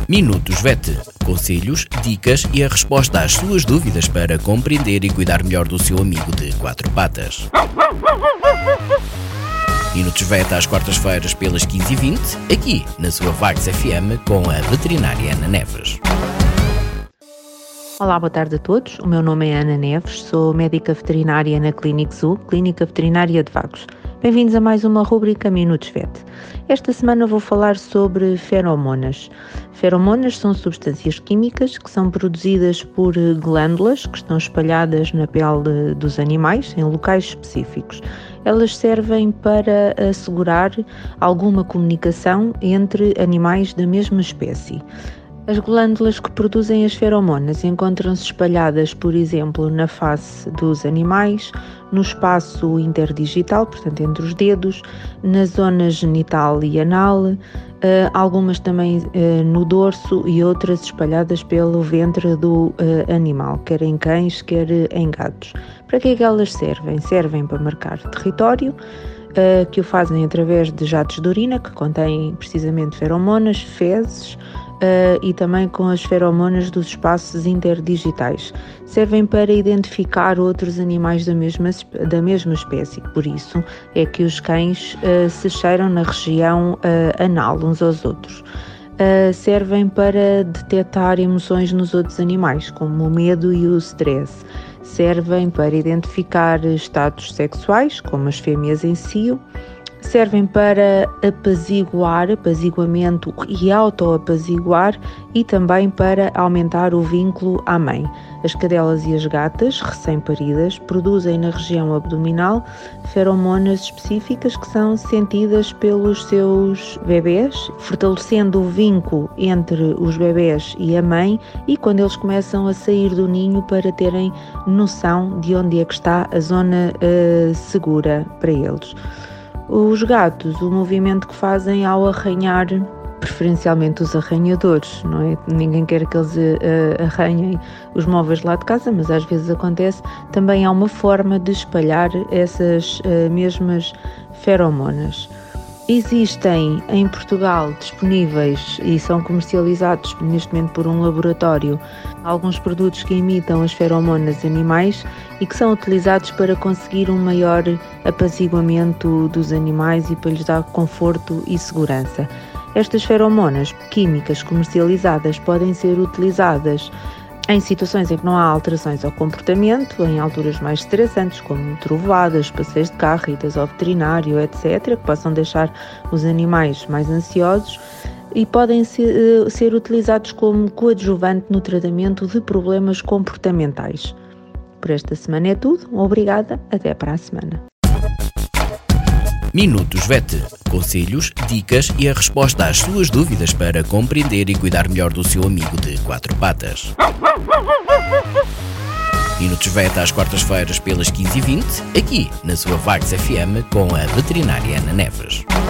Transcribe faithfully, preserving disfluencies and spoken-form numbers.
Minutos VET. Conselhos, dicas e a resposta às suas dúvidas para compreender e cuidar melhor do seu amigo de quatro patas. Minutos VET às quartas-feiras pelas quinze e vinte, aqui na sua Vagos F M com a veterinária Ana Neves. Olá, boa tarde a todos. O meu nome é Ana Neves, sou médica veterinária na Clínica Zoo, Clínica Veterinária de Vagos. Bem-vindos a mais uma rubrica Minutos VET. Esta semana vou falar sobre feromonas. Feromonas são substâncias químicas que são produzidas por glândulas que estão espalhadas na pele dos animais em locais específicos. Elas servem para assegurar alguma comunicação entre animais da mesma espécie. As glândulas que produzem as feromonas encontram-se espalhadas, por exemplo, na face dos animais, no espaço interdigital, portanto entre os dedos, na zona genital e anal, algumas também no dorso e outras espalhadas pelo ventre do animal, quer em cães, quer em gatos. Para que é que elas servem? Servem para marcar território, que o fazem através de jatos de urina, que contêm precisamente feromonas, fezes, Uh, e também com as feromonas dos espaços interdigitais. Servem para identificar outros animais da mesma, da mesma espécie, por isso é que os cães uh, se cheiram na região uh, anal uns aos outros. Uh, servem para detectar emoções nos outros animais, como o medo e o stress. Servem para identificar estados sexuais, como as fêmeas em cio. Servem para apaziguar, apaziguamento e autoapaziguar e também para aumentar o vínculo à mãe. As cadelas e as gatas, recém-paridas, produzem na região abdominal feromonas específicas que são sentidas pelos seus bebés, fortalecendo o vínculo entre os bebés e a mãe e quando eles começam a sair do ninho para terem noção de onde é que está a zona uh, segura para eles. Os gatos, o movimento que fazem ao arranhar, preferencialmente os arranhadores, não é? Ninguém quer que eles uh, arranhem os móveis lá de casa, mas às vezes acontece, também há uma forma de espalhar essas uh, mesmas feromonas. Existem em Portugal disponíveis e são comercializados neste momento por um laboratório alguns produtos que imitam as feromonas animais e que são utilizados para conseguir um maior apaziguamento dos animais e para lhes dar conforto e segurança. Estas feromonas químicas comercializadas podem ser utilizadas em situações em que não há alterações ao comportamento, em alturas mais estressantes, como trovoadas, passeios de carro, idas ao veterinário, etcétera, que possam deixar os animais mais ansiosos e podem ser, ser utilizados como coadjuvante no tratamento de problemas comportamentais. Por esta semana é tudo. Obrigada. Até para a semana. Minutos VET. Conselhos, dicas e a resposta às suas dúvidas para compreender e cuidar melhor do seu amigo de quatro patas. Minutos VET às quartas-feiras pelas quinze e vinte, aqui na sua Vagos F M com a veterinária Ana Neves.